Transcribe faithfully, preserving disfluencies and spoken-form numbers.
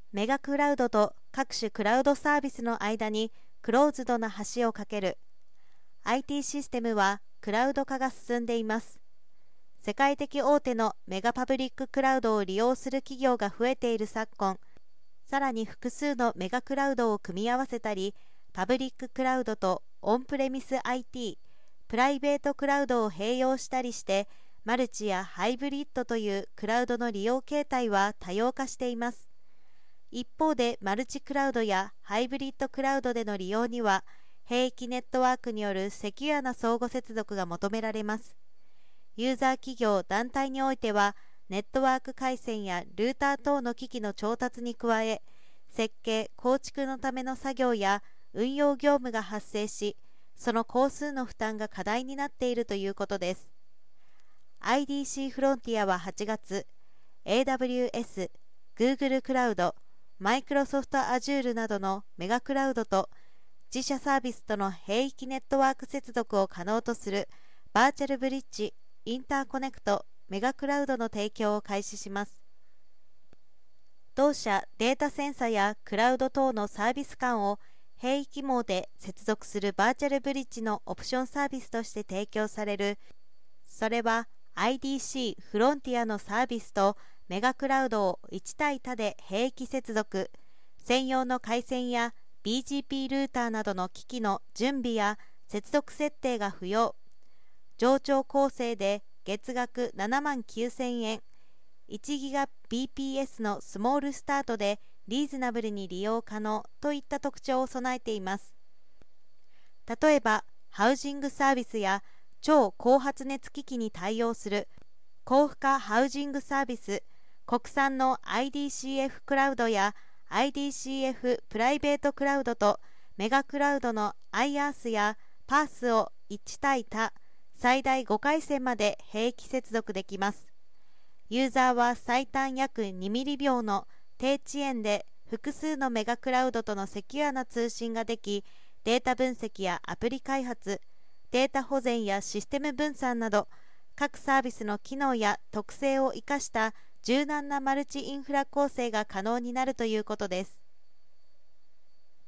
メガクラウドと各種クラウドサービスの間にクローズドな橋を架ける。 アイティー システムはクラウド化が進んでいます。世界的大手のメガパブリッククラウドを利用する企業が増えている昨今、さらに複数のメガクラウドを組み合わせたり、パブリッククラウドとオンプレミス アイティー、プライベートクラウドを併用したりして、マルチやハイブリッドというクラウドの利用形態は多様化しています。一方でマルチクラウドやハイブリッドクラウドでの利用には、並域ネットワークによるセキュアな相互接続が求められます。ユーザー企業団体においては、ネットワーク回線やルーター等の機器の調達に加え、設計・構築のための作業や運用業務が発生し、その工数の負担が課題になっているということです。アイディーシー フロンティアははちがつ、エーダブリューエス、Google クラウド、Microsoft Azure などのメガクラウドと自社サービスとの並域ネットワーク接続を可能とするバーチャルブリッジ、インターコネクト、メガクラウドの提供を開始します。同社データセンサやクラウド等のサービス間を並域網で接続するバーチャルブリッジのオプションサービスとして提供される。それは アイディーシー フロンティアのサービスとメガクラウドをいち対多で並域接続、専用の回線や ビージーピー ルーターなどの機器の準備や接続設定が不要、上長構成で月額ななまんきゅうせんえん、いちギガビーピーエス のスモールスタートでリーズナブルに利用可能といった特徴を備えています。例えば、ハウジングサービスや超高発熱機器に対応する高負荷ハウジングサービス、国産の アイディーシーエフ クラウドや アイディーシーエフ プライベートクラウドとメガクラウドの アイアース や パース をいち対多、最大ごかいせんまで並域接続できます。ユーザーは最短約にミリびょうの低遅延で複数のメガクラウドとのセキュアな通信ができ、データ分析やアプリ開発、データ保全やシステム分散など、各サービスの機能や特性を生かした柔軟なマルチインフラ構成が可能になるということです。